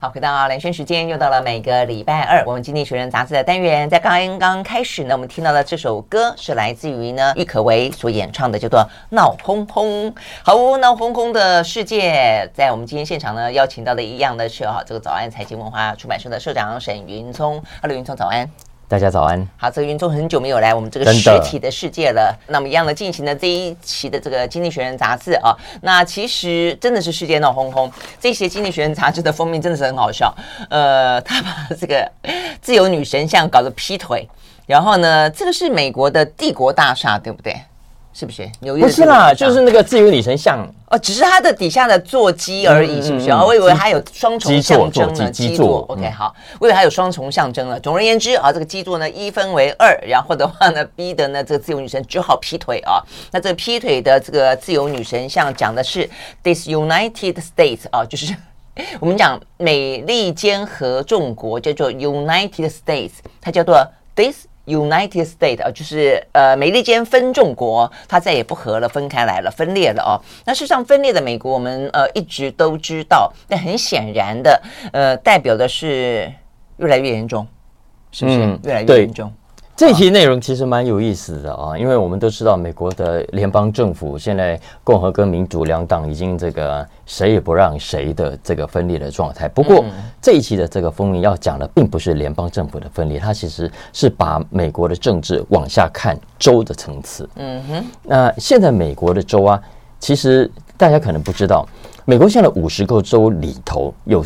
好，回到蓝轩时间，又到了每个礼拜二，我们经济学人杂志的单元。在刚开始呢，我们听到的这首歌是来自于呢郁可唯所演唱的，叫做《闹哄哄》。好，闹哄哄的世界，在我们今天现场呢邀请到的一样的是这个早安财经文化出版社的社长沈云聪。Hello， 云聪早安。 大家早安。 好，这个云聪很久没有来我们这个实体的世界了。那么一样的进行了这一期的这个经济学人杂志啊。那其实真的是世界闹哄哄，这一期经济学人杂志的封面真的是很好笑。他把这个自由女神像搞得劈腿，然后呢，这个是美国的帝国大厦，对不对？是不是？纽约的不是啦，就是那个自由女神像哦，只是它的底下的座机而已，是不是？我以为它有双重象征呢。基座 ，OK， 好，我以为它有双重象征了。总而言之这个基座呢一分为二，然后的话呢，逼得呢这个自由女神只好劈腿啊。那这个劈腿的这个自由女神像讲的是 This United States 就是我们讲美利坚合众国叫做 United States， 它叫做 United States 就是美利坚分众国，它再也不合了，分开来了，分裂了那事实上分裂的美国我们一直都知道，但很显然的代表的是越来越严重，是不是？越来越严重。 这一题内容其实蛮有意思的因为我们都知道美国的联邦政府现在共和跟民主两党已经这个谁也不让谁的这个分裂的状态。不过这一期的这个封面要讲的并不是联邦政府的分裂，它其实是把美国的政治往下看州的层次。那现在美国的州其实大家可能不知道，美国现在50个州里头有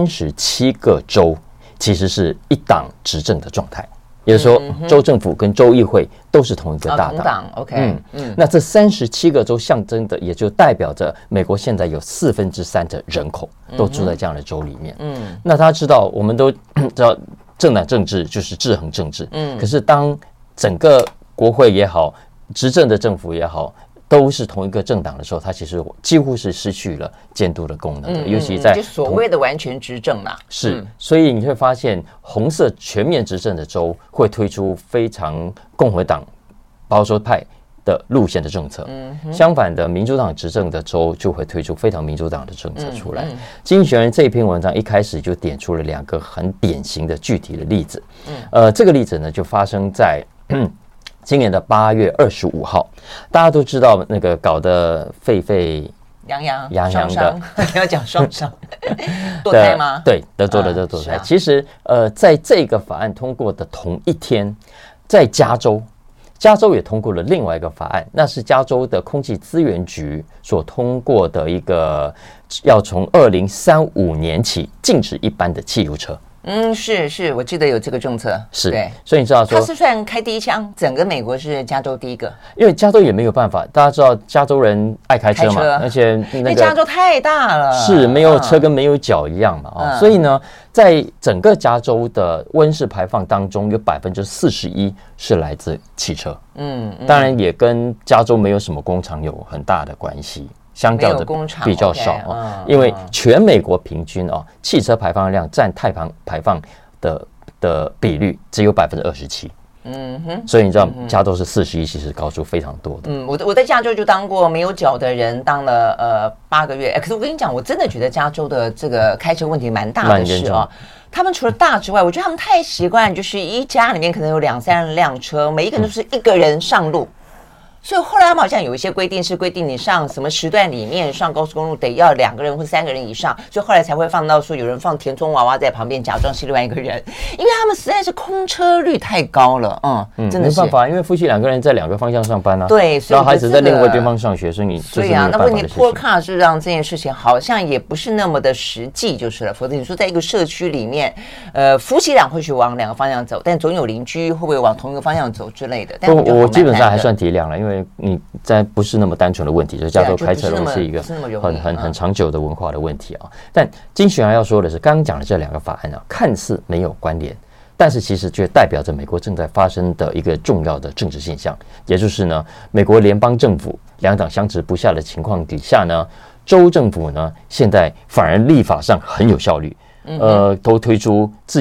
37个州其实是一党执政的状态。也就是说，州政府跟州议会都是同一个大党。 OK， 那这37个州象征的，也就代表着美国现在有3/4的人口都住在这样的州里面。那大家知道，我们都知道政党政治就是制衡政治。可是当整个国会也好，执政的政府也好，都是同一个政党的时候，它其实几乎是失去了监督的功能的，尤其在就所谓的完全执政啦。 是，所以你会发现红色全面执政的州会推出非常共和党保守派的路线的政策，相反的民主党执政的州就会推出非常民主党的政策出来。经济学人这一篇文章一开始就点出了2个很典型的具体的例子。这个例子呢就发生在今年的8月25号，大家都知道那个搞得沸沸扬扬的， 你要讲双伤堕胎吗？ 对，德州的堕胎。其实在这个法案通过的同一天，在加州也通过了另外一个法案，那是加州的空气资源局所通过的一个要从2035年起禁止一般的汽油车。 是，我记得有这个政策。 是，对，所以你知道说， 他是算开第一枪，整个美国是加州第一个， 因为加州也没有办法，大家知道加州人爱开车嘛，而且因为加州太大了， 是没有车跟没有脚一样嘛所以呢，在整个加州的温室排放当中，有41%是来自汽车。当然也跟加州没有什么工厂有很大的关系。相较的比较少因为全美国平均汽车排放量占碳排放的比率只有27%。所以你知道加州是41，其实高出非常多的。 我在加州就当过没有脚的人，当了8个月。可是我跟你讲，我真的觉得加州的这个开车问题蛮大的事他们除了大之外，我觉得他们太习惯，就是一家里面可能有2-3辆车，每一个人都是一个人上路。所以后来他们好像有一些规定，是规定你上什么时段里面上高速公路得要2个人或3个人以上，所以后来才会放到说有人放田中娃娃在旁边假装是另外一个人，因为他们实在是空车率太高了，真的是没办法，因为夫妻2个人在2个方向上班对， 然后孩子在另外一边方上学，所以你就是没有办法的事情。 那问题 poor car 是让这件事情好像也不是那么的实际就是了，否则你说在一个社区里面，夫妻俩会去往2个方向走，但总有邻居会不会往同一个方向走之类的。但我基本上还算体谅了，因为你在不是那么单纯的问题，就是加州开车是一个很长久的文化的问题但经济学家要说的是，刚刚讲的这2个法案看似没有关联，但是其实却代表着美国正在发生的一个重要的政治现象，也就是呢，美国联邦政府2党相持不下的情况底下呢，州政府呢现在反而立法上很有效率，都推出自己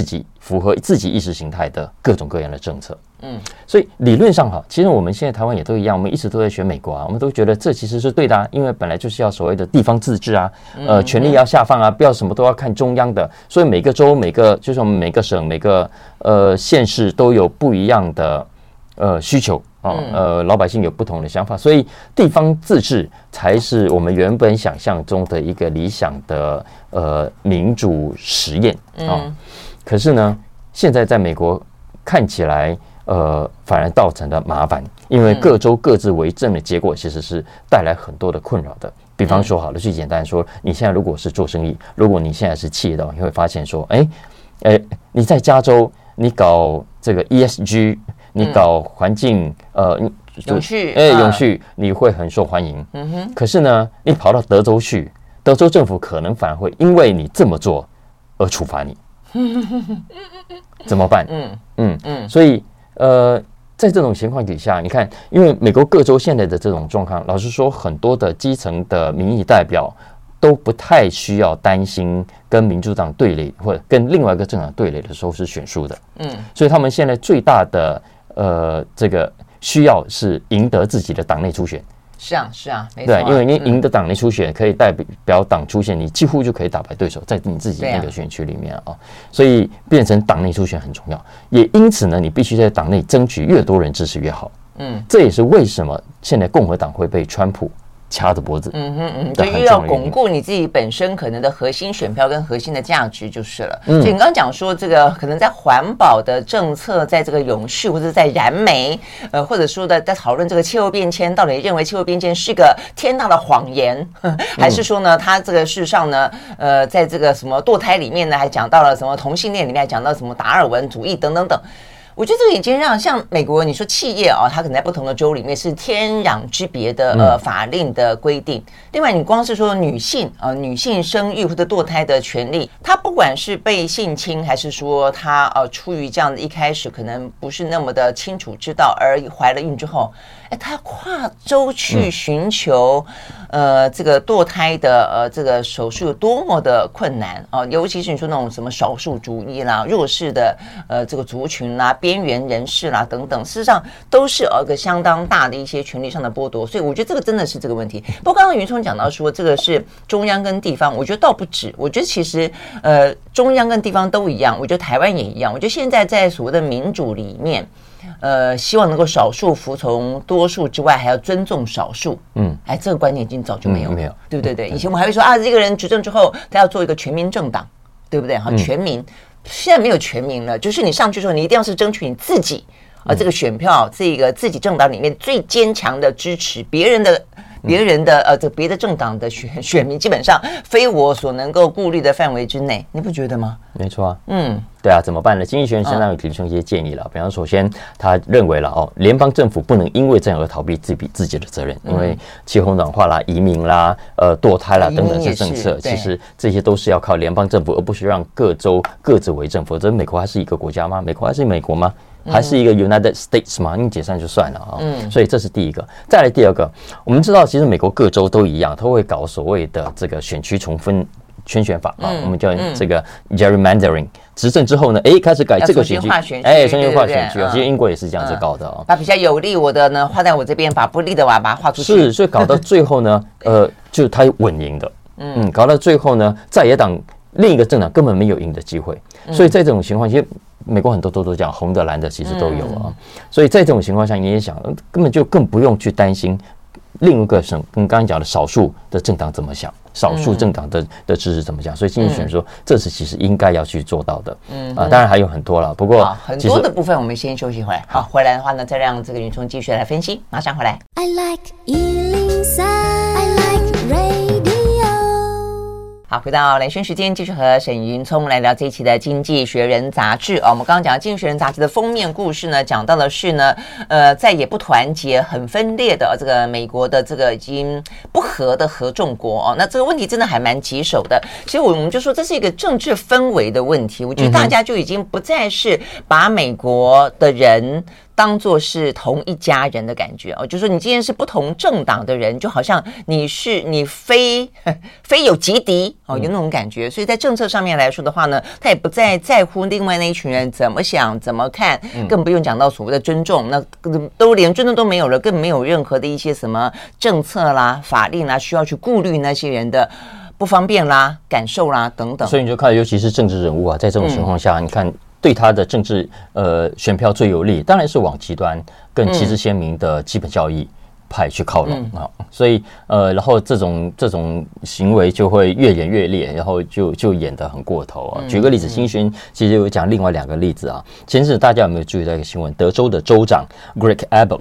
符合自己意识形态的各种各样的政策。所以理论上其实我们现在台湾也都一样，我们一直都在学美国啊，我们都觉得这其实是对的啊，因为本来就是要所谓的地方自治啊，权力要下放啊，不要什么都要看中央的，所以每个州就是我们每个省每个县市都有不一样的需求老百姓有不同的想法，所以地方自治才是我们原本想象中的一个理想的民主实验可是呢，现在在美国看起来反而造成了麻烦，因为各州各自为政的结果其实是带来很多的困扰的。比方说好了，最简单说，你现在如果是做生意，如果你现在是企业的话，你会发现说，你在加州你搞这个 ESG， 你搞环境永续永续，你会很受欢迎。可是呢，你跑到德州去，德州政府可能反而会因为你这么做而处罚你。怎么办？所以在这种情况底下，你看，因为美国各州现在的这种状况，老实说，很多的基层的民意代表都不太需要担心跟民主党对垒，或者跟另外一个政党对垒的时候是选输的。所以他们现在最大的这个需要是赢得自己的党内初选。 是啊，没错。 对，因为你赢得党内初选，可以代表党出现，你几乎就可以打败对手，在你自己那个选区里面所以变成党内初选很重要。也因此呢，你必须在党内争取越多人支持越好。这也是为什么现在共和党会被川普掐着脖子， 就又要巩固你自己本身可能的核心选票跟核心的价值就是了。所以你刚刚讲说这个可能在环保的政策，在这个永续或者在燃煤，或者说在讨论这个气候变迁，到底认为气候变迁是个天大的谎言，还是说呢，它这个事实上呢，在这个什么堕胎里面呢，还讲到了什么同性恋里面，还讲到什么达尔文主义等等等。我觉得这个已经让像美国，你说企业它可能在不同的州里面是天壤之别的法令的规定。另外，你光是说女性生育或者堕胎的权利，她不管是被性侵，还是说她出于这样的一开始可能不是那么的清楚知道而怀了孕之后，她跨州去寻求这个堕胎的这个手术有多么的困难尤其是你说那种什么少数族裔啦、弱势的这个族群啦、边缘人士啦等等，事实上都是一个相当大的一些权利上的剥夺，所以我觉得这个真的是这个问题。不过刚刚云聪讲到说这个是中央跟地方，我觉得倒不止，我觉得其实中央跟地方都一样，我觉得台湾也一样。我觉得现在在所谓的民主里面希望能够少数服从多数之外，还要尊重少数。这个观念已经早就没有了，对不对？以前我们还会说这个人执政之后，他要做一个全民政党，对不对？全民。现在没有全民了，就是你上去之后，你一定要是争取你自己这个选票，这个自己政党里面最坚强的支持，别人的这别的政党的选民基本上非我所能够顾虑的范围之内，你不觉得吗？ 没错啊，对啊，怎么办呢？经济学人相当有提出一些建议了，比方首先他认为了联邦政府不能因为这样而逃避自己的责任，因为气候暖化啦、移民啦、堕胎啦等等这政策，其实这些都是要靠联邦政府，而不是让各州各自为政。否则美国还是一个国家吗？美国还是美国吗？还是一个 United States 嘛？你解散就算了所以这是第一个。再来第二个，我们知道其实美国各州都一样，都会搞所谓的这个选区重分圈选法我们叫这个 gerrymandering。执政之后呢，开始改这个选区，重新划选区其实英国也是这样子搞的把比较有利我的呢画在我这边，把不利的我把它画出去。 是，所以搞到最后呢，就是他稳赢的，搞到最后呢，在野党另一个政党根本没有赢的机会，所以在这种情况，其实美国很多州都讲红的蓝的其实都有所以在这种情况下，你也想根本就更不用去担心另一个省跟刚刚讲的少数的政党怎么想，少数政党的支持怎么讲，所以经济学人说这是其实应该要去做到的当然还有很多了，不过很多的部分我们先休息回来，好，回来的话呢，再让这个云聪继续来分析，马上回来。I like 103, I like radio。好，回到连线时间，继续和沈云聪来聊这一期的《经济学人》杂志我们刚刚讲《经济学人》杂志的封面故事呢，讲到的是呢，在也不团结、很分裂的这个美国的这个已经不和的合众国那这个问题真的还蛮棘手的。其实我们就说这是一个政治氛围的问题，我觉得大家就已经不再是把美国的人当作是同一家人的感觉哦，就是说你今天是不同政党的人，就好像你非有即敌哦，有那种感觉。所以在政策上面来说的话呢，他也不再在乎另外那一群人怎么想怎么看，更不用讲到所谓的尊重，那都连尊重都没有了，更没有任何的一些什么政策啦、法令啦需要去顾虑那些人的不方便啦、感受啦等等。 所以你就看，尤其是政治人物啊，在这种情况下，你看对他的政治选票最有利，当然是往极端、更旗帜鲜明的基本教义派去靠拢啊。所以然后这种行为就会越演越烈，然后就演得很过头啊。举个例子，新轩其实有讲另外2个例子啊。前阵子大家有没有注意到一个新闻？德州的州长 Greg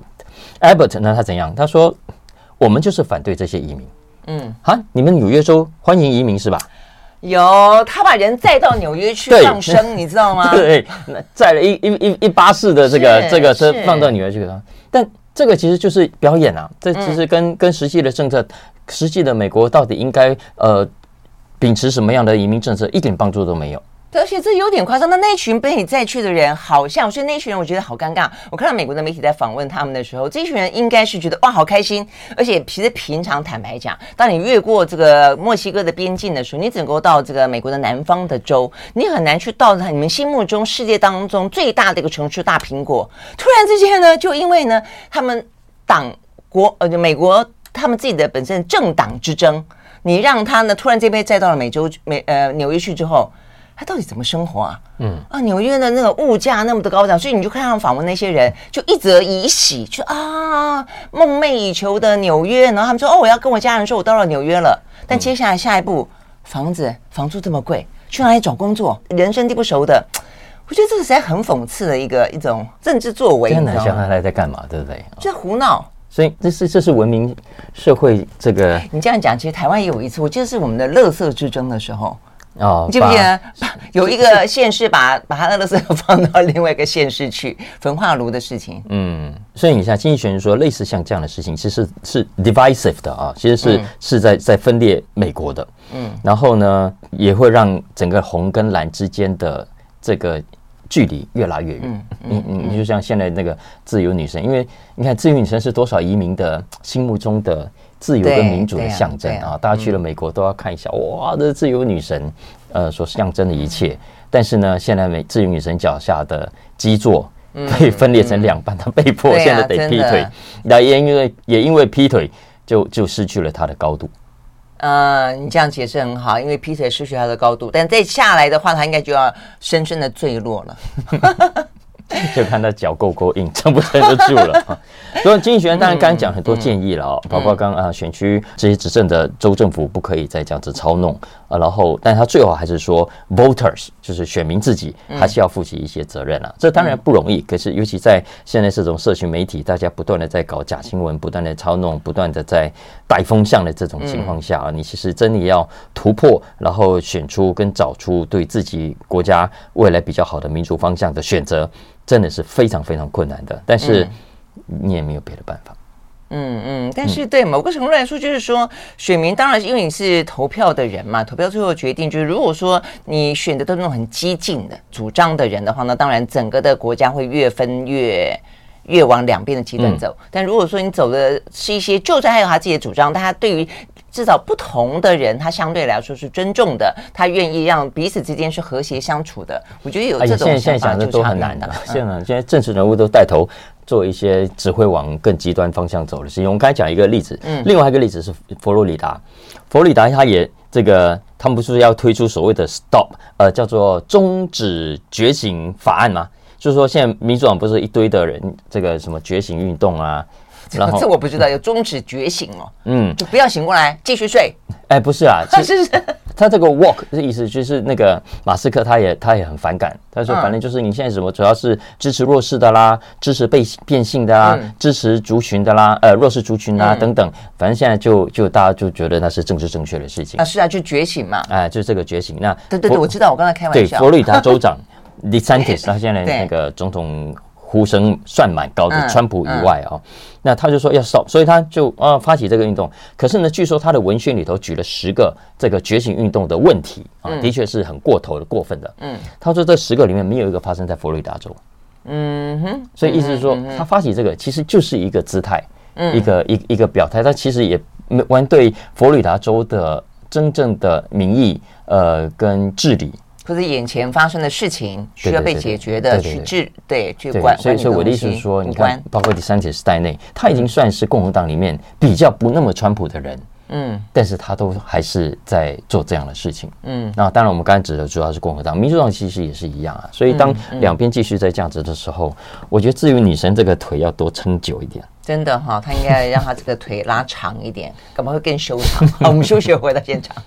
Abbott 呢，他怎样？他说我们就是反对这些移民。你们纽约州欢迎移民是吧？ 有，他把人载到纽约去放生，你知道吗？ 对，载了一巴士的这个车放到纽约去了。但这个其实就是表演啊，这其实跟实际的政策，实际的美国到底应该秉持什么样的移民政策，一点帮助都没有。 而且这有点夸张，那群被你载去的人好像，所以那群人我觉得好尴尬。我看到美国的媒体在访问他们的时候，这群人应该是觉得哇好开心，而且其实平常坦白讲，当你越过这个墨西哥的边境的时候，你只能够到这个美国的南方的州，你很难去到你们心目中世界当中最大的一个城市大苹果。突然之间呢，就因为呢他们美国他们自己的本身政党之争，你让他呢突然间被载到了纽约去之后。他到底怎么生活啊？纽约的那个物价那么的高涨，所以你就看他们访问那些人，就一则以喜，就梦寐以求的纽约，然后他们说我要跟我家人说我到了纽约了，但接下来下一步房租这么贵，去哪里找工作？人生地不熟的，我觉得这个实在很讽刺的一种政治作为。 真的想他在干嘛，对不对？ 就胡闹。 所以这是文明社会这个。 你这样讲，其实台湾也有一次，我记得是我们的垃圾之争的时候。 你记不记得有一个县市把他的垃圾放到另外一个县市去焚化炉的事情？ 所以你像经济学人说，类似像这样的事情，其实是 divisive 的啊，其实是在分裂美国的。然后呢，也会让整个红跟蓝之间的这个距离越拉越远。你就像现在那个自由女神，因为你看自由女神是多少移民的心目中的自由跟民主的象征啊！大家去了美国都要看一下，哇，这自由女神所象征的一切。但是呢，现在自由女神脚下的基座被分裂成2半，她被迫现在得劈腿，那也因为劈腿就失去了她的高度。 你这样解释很好，因为劈腿失去它的高度，但再下来的话，它应该就要深深的坠落了。 就看他脚够硬，撑不撑得住了。所以经济学人当然刚刚讲很多建议了包括刚选区这些执政的州政府不可以再这样子操弄然后，但他最后还是说 voters 就是选民自己还是要负起一些责任这当然不容易。可是尤其在现在这种社群媒体，大家不断的在搞假新闻，不断的操弄，不断的在带风向的这种情况下你其实真的要突破，然后选出跟找出对自己国家未来比较好的民主方向的选择，真的是非常非常困难的，但是你也没有别的办法。 但是对某个程度来说，就是说选民当然是因为你是投票的人嘛，投票最后决定就是如果说你选的都是那种很激进的主张的人的话，那当然整个的国家会越分越往两边的极端走。但如果说你走的是一些，就算还有他自己的主张，但他对于至少不同的人，他相对来说是尊重的，他愿意让彼此之间是和谐相处的。我觉得有这种想法就差很难的。 现在政治人物都带头做一些只会往更极端方向走的事情。我们刚才讲一个例子，另外一个例子是佛罗里达，他也这个他们不是要推出所谓的 STOP 叫做终止觉醒法案吗？就是说现在民主党不是一堆的人这个什么觉醒运动啊。 这我不知道，有终止觉醒就不要醒过来，继续睡。 不是啊，他这个 walk 的意思就是那个马斯克他也很反感，他说反正就是你现在什么主要是支持弱势的啦，支持变性的啦，支持族群的啦，弱势族群啦等等，反正现在就大家就觉得那是政治正确的事情是啊，就觉醒嘛， 就是这个觉醒。那对，我知道，我刚才开玩笑。 对，佛罗里达州长 DeSantis 他现在那个总统呼声算蛮高的，川普以外那他就说要 stop， 所以他就发起这个运动。可是呢，据说他的文宣里头举了10个这个觉醒运动的问题的确是很过头的、过分的。他说这10个里面没有一个发生在佛罗里达州。 所以意思是说，他发起这个其实就是一个姿态，一个表态，但其实也完对佛罗里达州的真正的民意跟治理。 或者眼前发生的事情需要被解决的去管。 所以我的意思是说，你看，包括DeSantis在内，他已经算是共和党里面比较不那么川普的人，但是他都还是在做这样的事情，那当然我们刚才指的主要是共和党，民主党其实也是一样啊。所以当两边继续在这样子的时候，我觉得至于女神这个腿要多撑久一点。 真的哈，他应该让他这个腿拉长一点，干嘛会更修长？好，我们休息回到现场。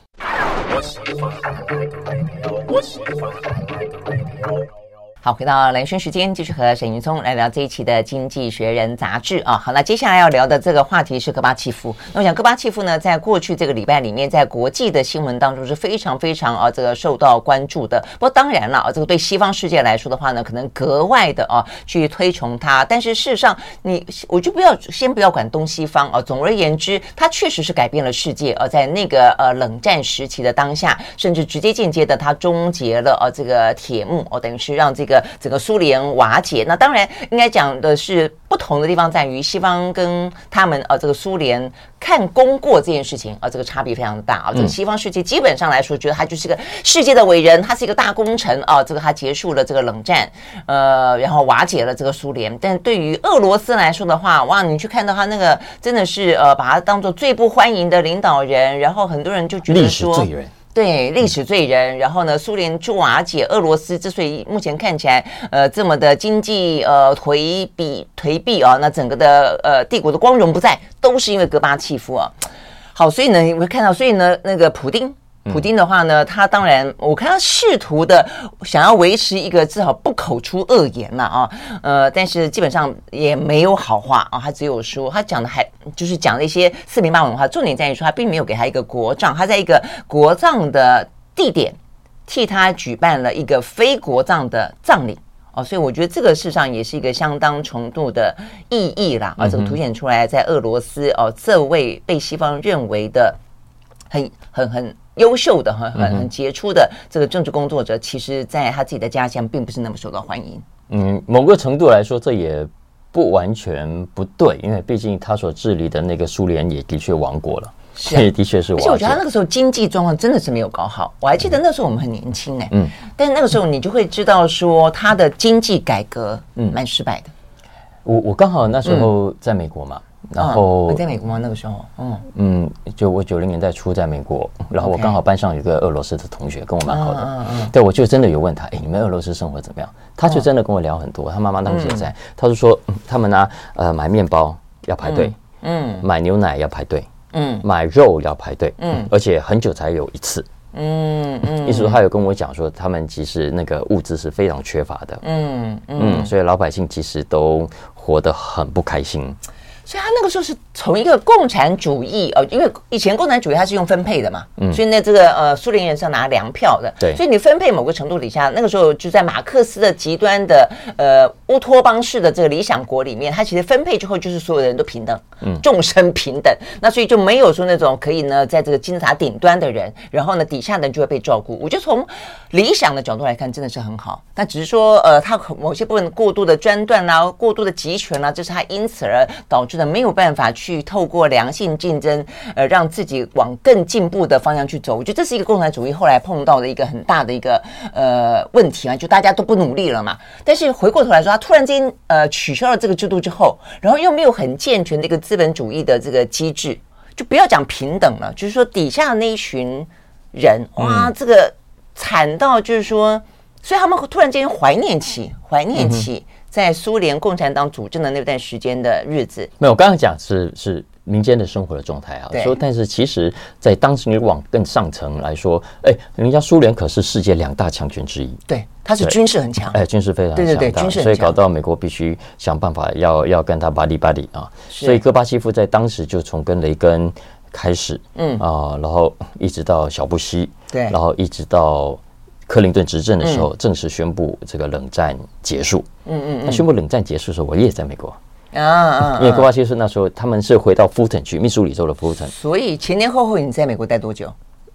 好，回到蓝轩时间，继续和沈云聪来聊这一期的《经济学人》杂志啊。好，那接下来要聊的这个话题是戈巴契夫。那我想戈巴契夫呢，在过去这个礼拜里面，在国际的新闻当中是非常非常这个受到关注的。不过当然了这个对西方世界来说的话呢，可能格外的去推崇他。但是事实上，我就先不要管东西方总而言之，他确实是改变了世界在那个冷战时期的当下，甚至直接间接的他终结了这个铁幕等于是让这个整个苏联瓦解。那当然应该讲的是不同的地方在于西方跟他们这个苏联看功过这件事情这个差别非常大这个西方世界基本上来说觉得他就是个世界的伟人，他是一个大功臣这个他结束了这个冷战然后瓦解了这个苏联。但对于俄罗斯来说的话，哇，你去看到他那个真的是把他当作最不欢迎的领导人，然后很多人就觉得说历史罪人。对，历史罪人。然后呢，苏联就瓦解，俄罗斯之所以目前看起来这么的经济颓敝那整个的帝国的光荣不在，都是因为戈巴契夫好，所以呢，你会看到，所以呢，那个普丁的话呢，他当然我看他试图的想要维持一个至少不口出恶言嘛但是基本上也没有好话他只有说他讲的还就是讲了一些四平八稳的话，重点在于说他并没有给他一个国葬，他在一个国葬的地点替他举办了一个非国葬的葬礼所以我觉得这个事实上也是一个相当程度的意义啦这个凸显出来在俄罗斯这位被西方认为的很优秀的很杰出的这个政治工作者，其实在他自己的家乡并不是那么受到欢迎。 某个程度来说，这也不完全不对，因为毕竟他所治理的那个苏联也的确亡国了，所以的确是瓦解。 而且我觉得他那个时候经济状况真的是没有搞好。我还记得那时候我们很年轻但是那个时候你就会知道说他的经济改革蛮失败的。 我刚好那时候在美国嘛。然后你在美国吗？那个时候， 就我90年代初在美国，然后我刚好班上有一个俄罗斯的同学，跟我蛮好的，对，我就真的有问他，你们俄罗斯生活怎么样？他就真的跟我聊很多，他妈妈当时也在，他就说他们买面包要排队，买牛奶要排队，买肉要排队，而且很久才有一次。意思说他有跟我讲说，他们其实那个物资是非常缺乏的，所以老百姓其实都活得很不开心。 所以他那个时候是从一个共产主义因为以前共产主义它是用分配的嘛，所以呢这个苏联人是要拿粮票的， 对， 所以你分配某个程度底下，那个时候就在马克思的极端的乌托邦式的这个理想国里面，它其实分配之后就是所有的人都平等，众生平等，那所以就没有说那种可以呢在这个金字塔顶端的人，然后呢底下的人就会被照顾。我觉得从理想的角度来看真的是很好，但只是说它某些部分过度的专断啦，过度的集权啦，这是它因此而导致的没有办法去透过良性竞争让自己往更进步的方向去走。我觉得这是一个共产主义后来碰到的一个很大的一个问题嘛，就大家都不努力了嘛。但是回过头来说，他突然间取消了这个制度之后，然后又没有很健全的一个资本主义的这个机制，就不要讲平等了，就是说底下的那一群人哇这个惨到就是说，所以他们突然间怀念起在苏联共产党主政的那段时间的日子。 没有，我刚刚讲是民间的生活的状态说，但是其实在当时你往更上层来说，人家苏联可是世界2大强权之一， 对，它是军事很强， 军事非常强大，对，军事很强，所以搞到美国必须想办法要跟他buddy所以戈巴契夫在当时就从跟雷根开始，然后一直到小布希， 对， 然后一直到克林顿执政的时候，正式宣布这个冷战结束。那宣布冷战结束的时候，我也在美国因为戈巴契夫那时候他们是回到富腾区，密苏里州的富腾。 所以前前后后你在美国待多久？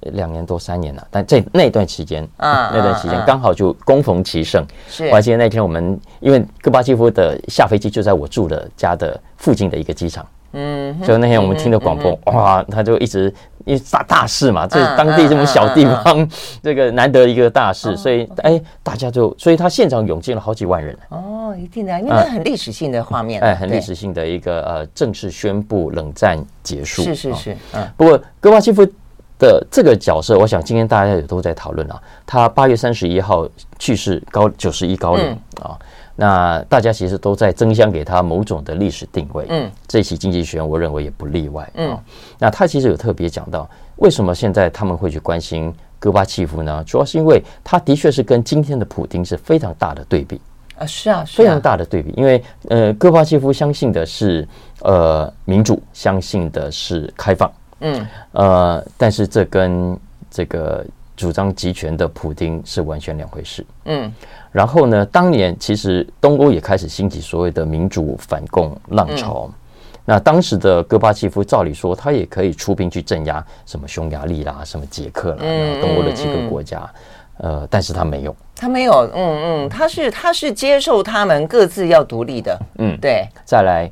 2年多3年了，但在那段期间，那段期间刚好就恭逢其盛。我还记得那天我们因为戈巴契夫的下飞机就在我住的家的附近的一个机场，所以那天我们听的广播，哇，他就一直因为大事嘛，这当地这种小地方，这个难得一个大事，所以大家就，所以他现场涌进了好几万人。 哦，一定的，因为那很历史性的画面， 很历史性的一个正式宣布冷战结束。 是， 不过戈巴契夫的这个角色，我想今天大家也都在讨论啊。他8月31号去世，91高龄啊。那大家其实都在争相给他某种的历史定位。这期经济学人我认为也不例外。那他其实有特别讲到，为什么现在他们会去关心戈巴契夫呢？主要是因为他的确是跟今天的普丁是非常大的对比。 是啊， 非常大的对比。因为戈巴契夫相信的是民主，相信的是开放。但是这跟这个主张集权的普丁是完全两回事。然后呢，当年其实东欧也开始兴起所谓的民主反共浪潮。那当时的戈巴契夫照理说他也可以出兵去镇压什么匈牙利啦、什么捷克啦，东欧的几个国家。但是他没有， 他是接受他们各自要独立的。对。 再来，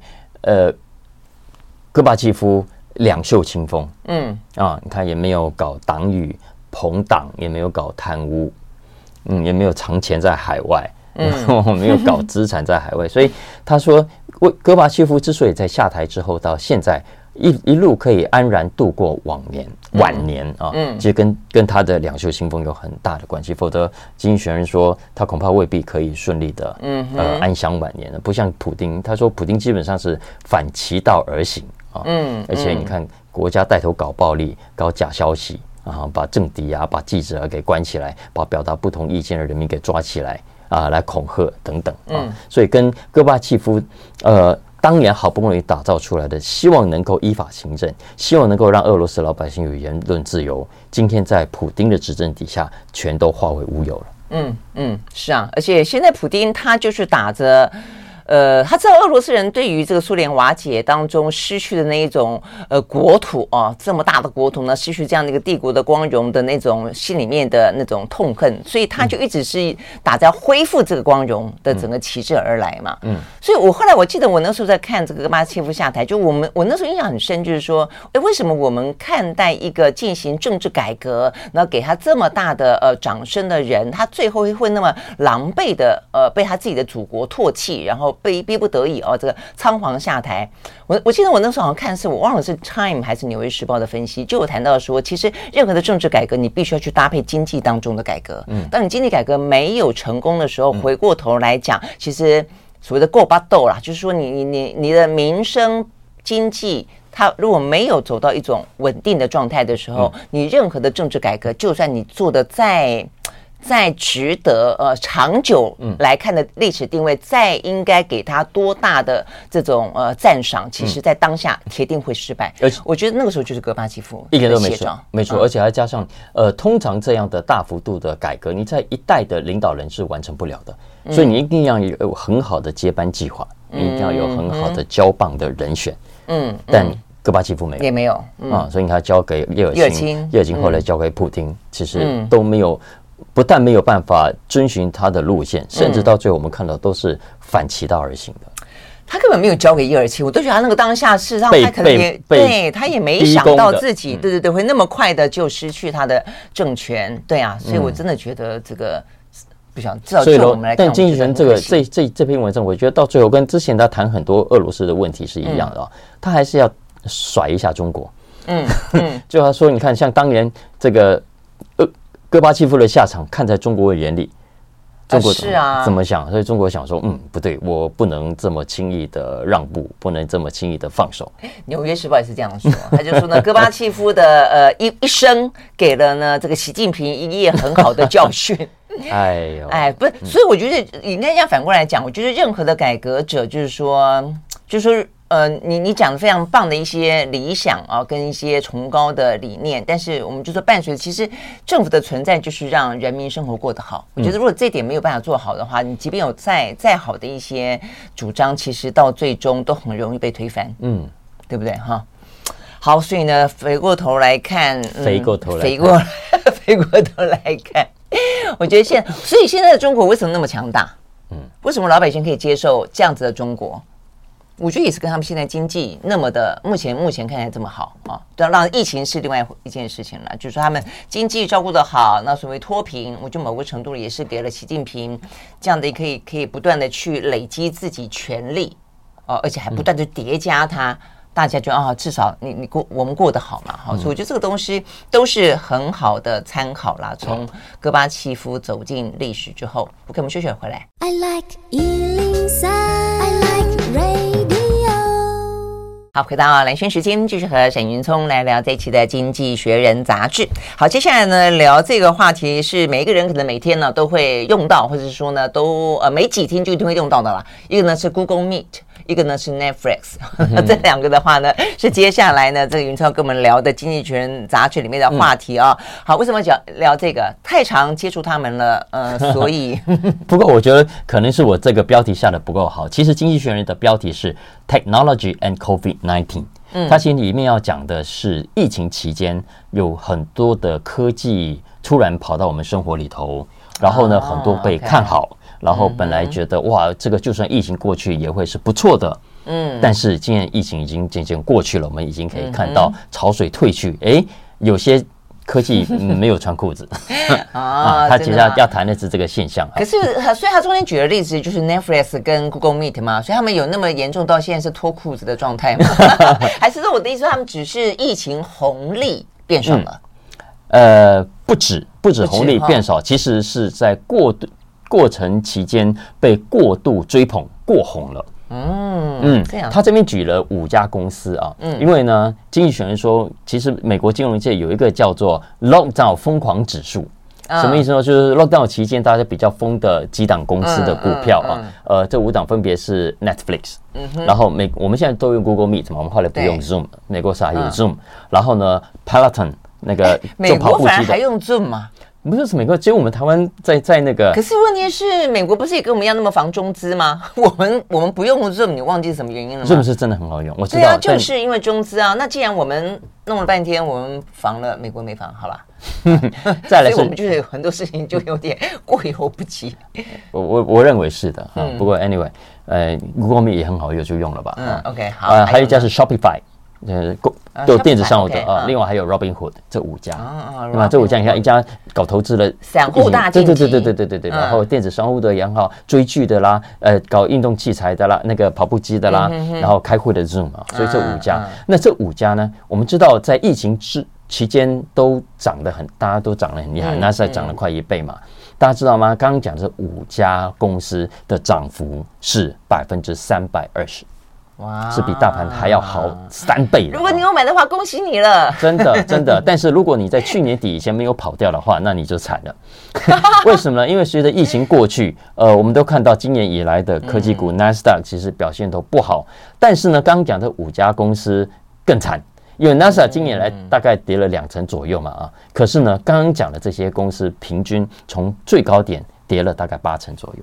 戈巴契夫两袖清风。你看也没有搞党羽朋党，也没有搞贪污，也没有藏钱在海外，没有搞资产在海外。所以他说，戈巴契夫之所以在下台之后到现在一路可以安然度过晚年啊，其实跟他的两袖清风有很大的关系。否则，经济学人说他恐怕未必可以顺利的安享晚年的。不像普丁，他说普丁基本上是反其道而行啊。而且你看，国家带头搞暴力、搞假消息啊，把政敌啊、把记者给关起来，把表达不同意见的人民给抓起来啊，来恐吓等等啊。所以跟戈巴契夫当年好不容易打造出来的，希望能够依法行政，希望能够让俄罗斯老百姓有言论自由，今天在普丁的执政底下，全都化为乌有了。 是啊，而且现在普丁他就是打着。他知道俄罗斯人对于这个苏联瓦解当中失去的那一种国土啊，这么大的国土呢，失去这样的一个帝国的光荣的那种心里面的那种痛恨，所以他就一直是打着恢复这个光荣的整个旗帜而来嘛。所以后来我记得我那时候在看这个戈巴契夫下台，就我那时候印象很深，就是说，为什么我们看待一个进行政治改革，然后给他这么大的掌声的人，他最后会那么狼狈的被他自己的祖国唾弃，然后被逼不得已这个仓皇下台。我记得我那时候好像看是我忘了是 Time 还是纽约时报的分析，就有谈到说，其实任何的政治改革你必须要去搭配经济当中的改革。当你经济改革没有成功的时候，回过头来讲，其实所谓的够巴斗啦，就是说你的民生经济它如果没有走到一种稳定的状态的时候，你任何的政治改革，就算你做的再值得长久来看的历史定位，再应该给他多大的这种赞赏，其实在当下铁定会失败。而且我觉得那个时候就是戈巴契夫一点都没错，而且还加上通常这样的大幅度的改革，你在一代的领导人是完成不了的，所以你一定要有很好的接班计划，你一定要有很好的交棒的人选。但戈巴契夫也没有所以他交给叶尔钦，后来交给普丁，其实都没有。不但没有办法遵循他的路线，甚至到最后我们看到都是反其道而行的。 他根本没有交给叶尔钦，我都觉得他那个当下事实上他可能也对他也没想到自己对会那么快的就失去他的政权。对啊，所以我真的觉得这个不想至少就我们来看。 但经济学人这篇文章，我觉得到最后跟之前他谈很多俄罗斯的问题是一样的他还是要甩一下中国。就他说，你看像当年这个戈巴契夫的下场看在中国的眼里，中国怎么想？所以中国想说，不对，我不能这么轻易的让步，不能这么轻易的放手。 纽约时报也是这样说，他就说呢，戈巴契夫的一生给了呢这个习近平一页很好的教训。不是，所以我觉得应该这样反过来讲，我觉得任何的改革者，就是说你讲的非常棒的一些理想跟一些崇高的理念，但是我们就说伴随其实政府的存在就是让人民生活过得好。我觉得如果这点没有办法做好的话，你即便有再好的一些主张，其实到最终都很容易被推翻。对不对哈？ 好，所以呢，回过头来看， 飞过头来看，我觉得所以现在的中国为什么那么强大？为什么老百姓可以接受这样子的中国？我觉得也是跟他们现在经济那么的目前看起来这么好啊，当然疫情是另外一件事情了，就是说他们经济照顾得好，那所谓脱贫，我觉得某个程度也是给了习近平这样的可以不断的去累积自己权力，而且还不断的叠加它。大家觉得至少我们过得好嘛，所以我觉得这个东西都是很好的参考啦。从戈巴契夫走进历史之后，OK，我们休息回来。I like 103, I like radio。好，回到蓝轩时间，继续和沈云聪来聊这一期的《经济学人》杂志。好，接下来呢，聊这个话题是每一个人可能每天呢都会用到，或者是说呢都每几天就一定会用到的啦。一个呢是 Google Meet。一个呢是 Netflix， 这两个的话呢是接下来呢这个云超跟我们聊的《经济学人》杂志里面的话题啊。好，为什么聊这个？太常接触他们了，所以不过我觉得可能是我这个标题下的不够好。其实《经济学人》的标题是 Technology and COVID-19，它其实里面要讲的是疫情期间有很多的科技突然跑到我们生活里头，然后呢很多被看好。然后本来觉得哇，这个就算疫情过去也会是不错的，但是今年疫情已经渐渐过去了，我们已经可以看到潮水退去，有些科技没有穿裤子他其实要谈的是这个现象。 可是所以他中间举的例子就是 Netflix 跟 Google Meet 嘛，所以他们有那么严重到现在是脱裤子的状态吗？还是说我的意思，他们只是疫情红利变少了？ 不止红利变少，其实是在过程期间被过度追捧过红了。这样。他这边举了5家公司啊，因为呢，经济学人说，其实美国金融界有一个叫做 Lockdown 疯狂指数，什么意思呢？就是 Lockdown 期间大家比较疯的几档公司的股票啊，这5档分别是 Netflix，然后我们现在都用 Google Meet 嘛，我们后来不用 Zoom， 美国是还有 Zoom，然后呢 Peloton 那个美国反而还用 Zoom 吗？ 不是美国，只有我们台湾在那个。 可是问题是，美国不是也跟我们一样那么防中资吗？我们不用 Zoom， 你忘记什么原因了吗？ Zoom 是真的很好用，我知道。 对啊，就是因为中资啊。那既然我们弄了半天，我们防了，美国没防，好啦。 再来是， 所以我们就是很多事情就有点过犹不及。 我认为是的不过 anyway， Google Meet 也很好用，就用了吧。 OK， 好。 还有一家是 Shopify。都电子商务的另外还有 Robinhood 这5家对吧？这5家你看，一家搞投资的散户大晋级， 对，然后电子商务的也好，追剧的啦，搞运动器材的啦，那个跑步机的啦，然后开会的 Zoom 所以这5家，那这5家呢，我们知道在疫情期间都涨得很，大家都涨得很厉害，那是涨了快1倍嘛。大家知道吗？刚刚讲这5家公司的涨幅是320%。哇，是比大盘还要好3倍的。 如果你有买的话，恭喜你了， 真的。但是如果你在去年底以前没有跑掉的话，那你就惨了。为什么呢？因为随着疫情过去，我们都看到今年以来的科技股 Nasdaq 其实表现都不好。但是呢，刚刚讲的5家公司更惨，因为 Nasdaq 今年来大概跌了2成左右嘛可是呢，刚刚讲的这些公司平均从最高点跌了大概8成左右。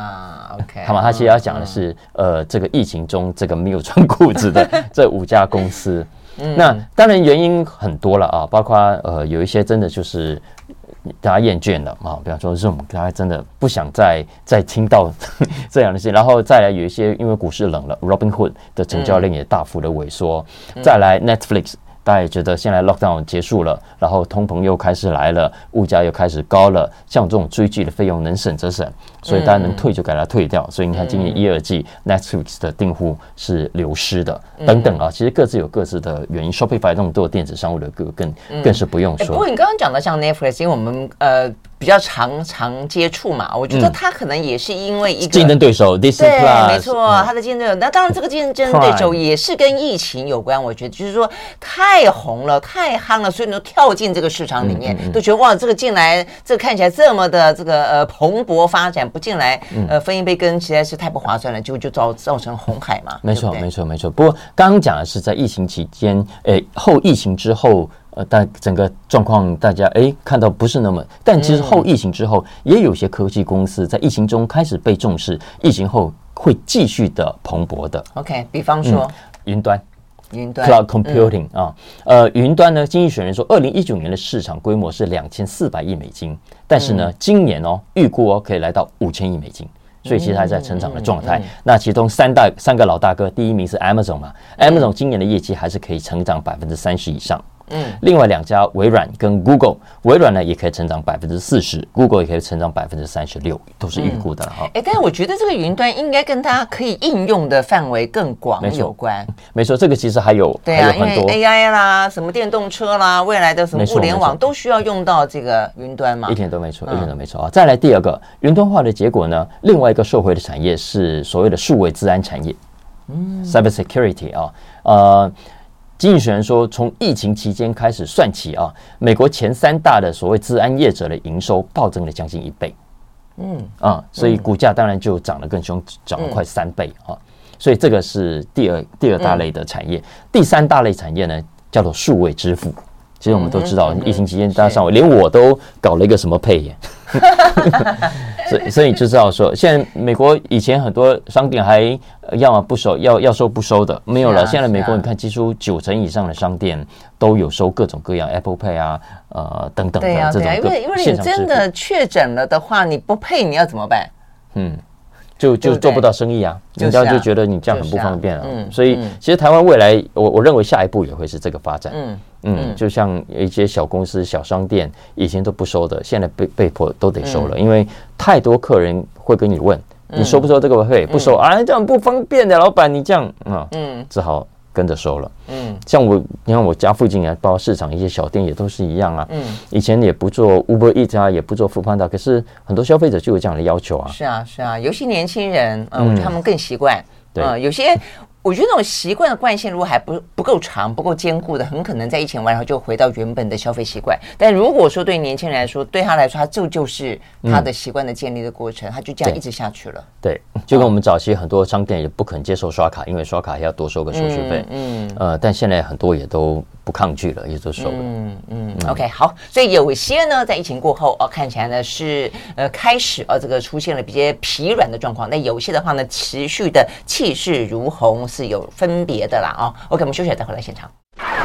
OK， 好嘛，他其实要讲的是，这个疫情中这个没有穿裤子的这5家公司，那当然原因很多了包括有一些真的就是大家厌倦了比方说 Zoom， 大家真的不想再听到这样的事情，然后再来有一些因为股市冷了 ，Robinhood 的成交量也大幅的萎缩，再来 Netflix。大家也觉得现在 lockdown 结束了，然后通膨又开始来了，物价又开始高了，像这种追剧的费用能省则省，所以大家能退就给它退掉。所以你看今年1、2季 Netflix 的订户是流失的，等等其实各自有各自的原因。Shopify 这种做电子商务的更是不用说。 不过你刚刚讲的像 Netflix， 因为我们比较常接触嘛，我觉得它可能也是因为一个竞争对手 Disney Plus， 没错，它的竞争对手。那当然这个竞争对手也是跟疫情有关，我觉得就是说太红了，太夯了，所以你都跳进这个市场里面，都觉得哇，这个进来，这个看起来这么的这个蓬勃发展，不进来分一杯羹实在是太不划算了，结果就造成红海嘛。 没错，没错，没错。不过刚刚讲的是在疫情期间，后疫情之后。但整个状况大家看到不是那么，但其实后疫情之后，也有些科技公司在疫情中开始被重视，疫情后会继续的蓬勃的。 OK， 比方说云端。 云端 cloud computing 云端呢，经济学人说，2019年的市场规模是2400亿美金，但是呢，今年预估可以来到5000亿美金。所以其实还在成长的状态。那其中三个老大哥，第一名是 Amazon 嘛，Amazon 今年的业绩还是可以成长30%以上。另外2家微软跟 Google， 微软呢也可以成长40%， Google 也可以成长36%，都是预估的哈。 但是我觉得这个云端应该跟它可以应用的范围更广有关。 没错，这个其实还有对啊， 因为 AI 啦，什么电动车啦，未来的什么物联网都需要用到这个云端嘛。 一点都没错，一点都没错啊。再来第二个，云端化的结果呢，另外一个受惠的产业是所谓的数位资安产业，cyber security 经济学人说，从疫情期间开始算起美国前3大的所谓资安业者的营收暴增了将近1倍，所以股价当然就涨得更凶，涨了快3倍所以这个是第二大类的产业。第3大类产业呢，叫做数位支付。其实我们都知道，疫情期间大家上网，连我都搞了一个什么Pay所以就知道说，现在美国以前很多商店还要么不收，要收不收的，没有了。现在美国你看，几乎90%以上的商店都有收各种各样 Apple Pay 等等的这种因为你真的确诊了的话，你不配你要怎么办？ 就做不到生意啊，人家就觉得你这样很不方便所以其实台湾未来，我认为下一步也会是这个发展。就像一些小公司、小商店以前都不收的，现在被迫都得收了，因为太多客人会跟你问，你收不收这个费？不收这样不方便的，老板你这样只好跟着收了。像你看我家附近包括市场一些小店也都是一样以前也不做 Uber Eats 也不做 Foodpanda， 可是很多消费者就有这样的要求是啊，尤其年轻人，我觉得他们更习惯。有些我觉得那种习惯的惯性，如果还不够长、不够坚固的，很可能在疫情完后就回到原本的消费习惯。但如果说对年轻人来说，对他来说，他就是他的习惯的建立的过程，他就这样一直下去了。 对，就跟我们早期很多商店也不肯接受刷卡，因为刷卡还要多收个手续费。但现在很多也都不抗拒了，也都收了。 OK， 好，所以有些呢，在疫情过后看起来呢是开始这个出现了比较疲软的状况，那有些的话呢，持续的气势如虹是有分别的啦OK， 我们休息了再回来现场。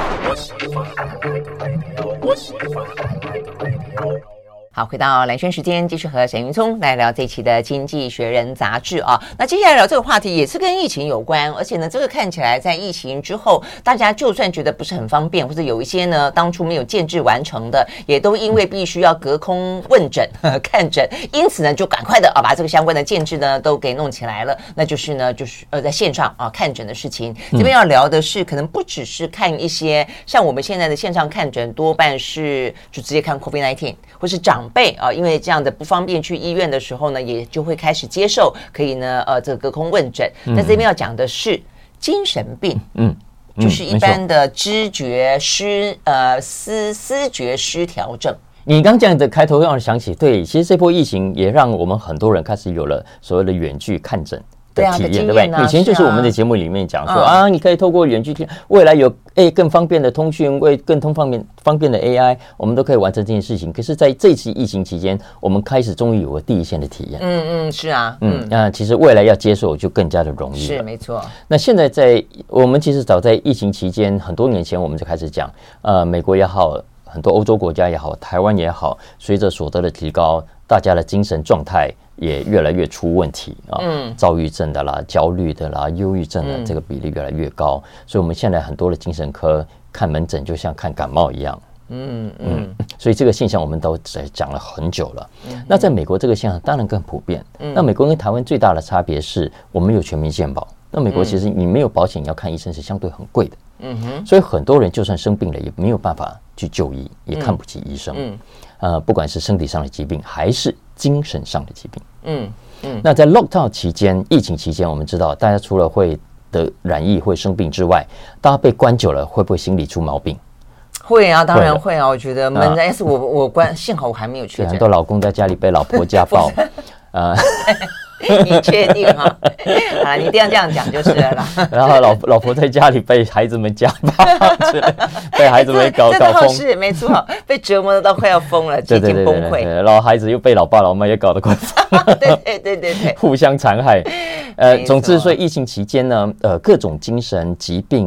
好，回到蓝轩时间，继续和沈云聪来聊这一期的《经济学人》杂志那接下来聊这个话题也是跟疫情有关，而且呢，这个看起来在疫情之后，大家就算觉得不是很方便，或者有一些呢当初没有建制完成的，也都因为必须要隔空问诊看诊，因此呢就赶快的把这个相关的建制呢都给弄起来了。那就是呢在线上看诊的事情。这边要聊的是，可能不只是看一些像我们现在的线上看诊，多半是就直接看 COVID-19 或是长辈因为这样的不方便去医院的时候呢，也就会开始接受可以呢这个隔空问诊。那这边要讲的是精神病，就是一般的知觉思觉失调症。 你刚讲的开头让我想起，对，其实这波疫情也让我们很多人开始有了所谓的远距看诊的体验，对不对？以前就是我们的节目里面讲说你可以透过远距未来有更方便的通讯，更方便的 AI， 我们都可以完成这件事情。可是在这次疫情期间，我们开始终于有了第一线的体验。 是啊， 那其实未来要接受就更加的容易了。 是没错。 那现在我们其实早在疫情期间，很多年前我们就开始讲，美国也好，很多欧洲国家也好，台湾也好，随着所得的提高，大家的精神状态也越来越出问题躁郁症的啦、焦虑的啦、忧郁症的这个比例越来越高，所以我们现在很多的精神科看门诊就像看感冒一样。所以这个现象我们都讲了很久了。那在美国这个现象当然更普遍。那美国跟台湾最大的差别是我们有全民健保，那美国其实你没有保险，你要看医生是相对很贵的。所以很多人就算生病了，也没有办法去就医，也看不起医生。不管是身体上的疾病还是精神上的疾病。那在 lockdown 期间，疫情期间，我们知道大家除了会得染疫会生病之外，大家被关久了会不会心理出毛病？ 会啊，当然会啊。我觉得闷在，是我关，幸好我还没有确诊。 很多老公在家里被老婆家暴你确定哈？你一定要这样讲就是了啦。 然后老婆在家里被孩子们家暴，被孩子们搞疯， 是没错，被折磨到快要疯了，几近崩溃。 然后孩子又被老爸老妈也搞得快疯了， 对， 互相残害。总之，所以疫情期间呢，各种精神疾病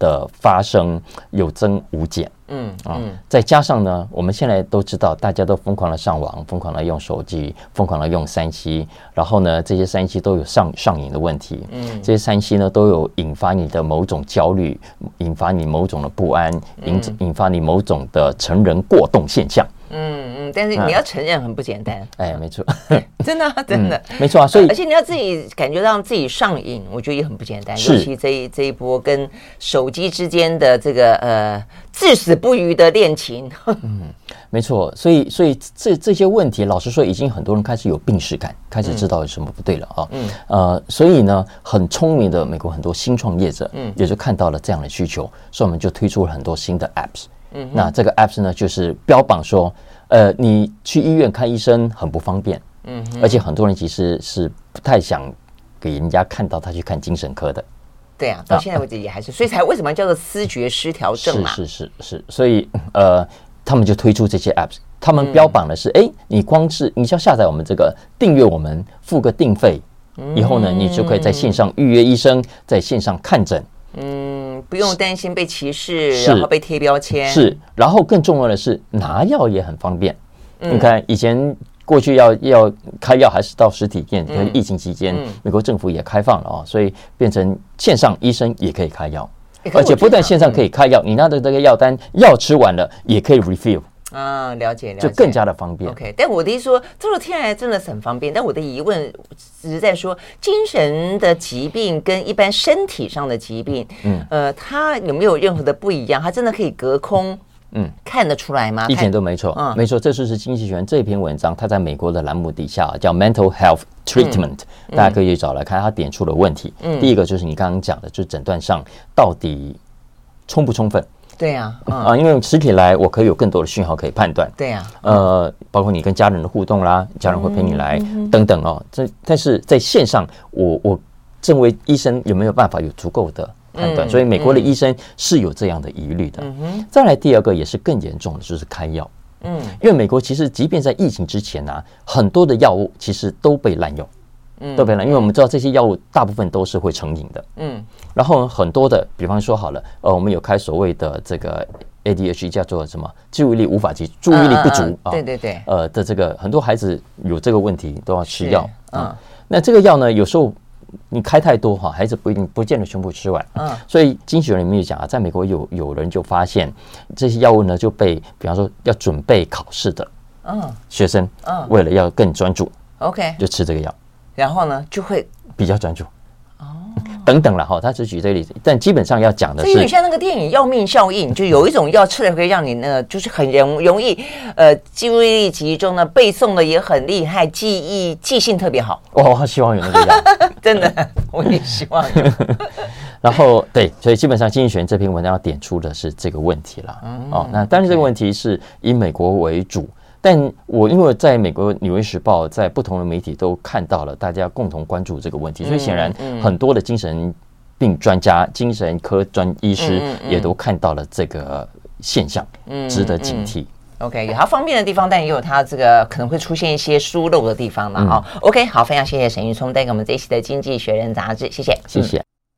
的发生有增无减。再加上呢，我们现在都知道，大家都疯狂的上网，疯狂的用手机，疯狂的用3C，然后呢，这些3C都有上瘾的问题。这些3C呢都有引发你的某种焦虑，引发你某种的不安，引发你某种的成人过动现象。 但是你要承认很不简单。 哎，没错， 真的真的， 没错啊。所以而且你要自己感觉到自己上瘾，我觉得也很不简单。尤其这一波跟手机之间的这个至死不渝的恋情。 没错。所以这些问题，老实说，已经很多人开始有病识感，开始知道有什么不对了啊。所以呢，很聪明的美国很多新创业者，也就看到了这样的需求，所以我们就推出了很多新的 apps。那这个 apps 呢，就是标榜说，你去医院看医生很不方便，而且很多人其实是不太想给人家看到他去看精神科的。 对啊，到现在为止也还是，所以才为什么叫做思觉失调症嘛？ 是，所以他们就推出这些 apps， 他们标榜的是，你光是你只要下载我们这个订阅我们，付个定费，以后呢，你就可以在线上预约医生，在线上看诊。 不用担心被歧视，然后被贴标签。 是，然后更重要的是拿药也很方便。你看以前过去要开药还是到实体店，可是疫情期间，美国政府也开放了所以变成线上医生也可以开药，而且不但线上可以开药，你拿的这个药单药吃完了也可以 refill。了解， 就更加的方便。 OK， 但我的意思说，这个听起来真的是很方便。但我的疑问只是在说，精神的疾病跟一般身体上的疾病，它有没有任何的不一样？它真的可以隔空看得出来吗？ 一点都没错，没错。这就是经济学人这篇文章，它在美国的栏目底下叫 Mental Health Treatment，大家可以找来看，它点出了问题。第一个就是你刚刚讲的，就是诊断上到底充不充分。 对呀， 因为实体来，我可以有更多的讯号可以判断。 对呀， 包括你跟家人的互动啦，家人会陪你来等等但是在线上，我认为医生有没有办法有足够的判断？所以美国的医生是有这样的疑虑的。再来第二个也是更严重的，就是开药。因为美国其实即便在疫情之前很多的药物其实都被滥用。都被滥用，因为我们知道这些药物大部分都是会成瘾的。然后很多的，比方说好了，我们有开所谓的这个 ADHD， 叫做什么注意力无法集，注意力不足对的这个很多孩子有这个问题都要吃药那这个药呢，有时候你开太多孩子不见得全部吃完。所以经济学人里面也讲在美国有人就发现这些药物呢就被，比方说要准备考试的学生，为了要更专注，OK， 就吃这个药。 然后呢，就会比较专注等等了他只举这个例子，但基本上要讲的是， 所以像那个电影《要命效应》，就有一种药吃了可以让你呢，就是很容易记忆力集中呢，背诵的也很厉害，记性特别好。 我好希望有那个药， 真的，我也希望有。 然后对，所以基本上经济学人这篇文章要点出的是这个问题了。那但是这个问题是以美国为主。但我因为在美国《纽约时报》在不同的媒体都看到了大家共同关注这个问题，所以显然很多的精神病专家、精神科医师也都看到了这个现象，值得警惕。 OK， 有它方便的地方，但也有它这个可能会出现一些疏漏的地方嘛。OK， 好，非常谢谢沈玉聪带给我们这一期的《经济学人》杂志，谢谢。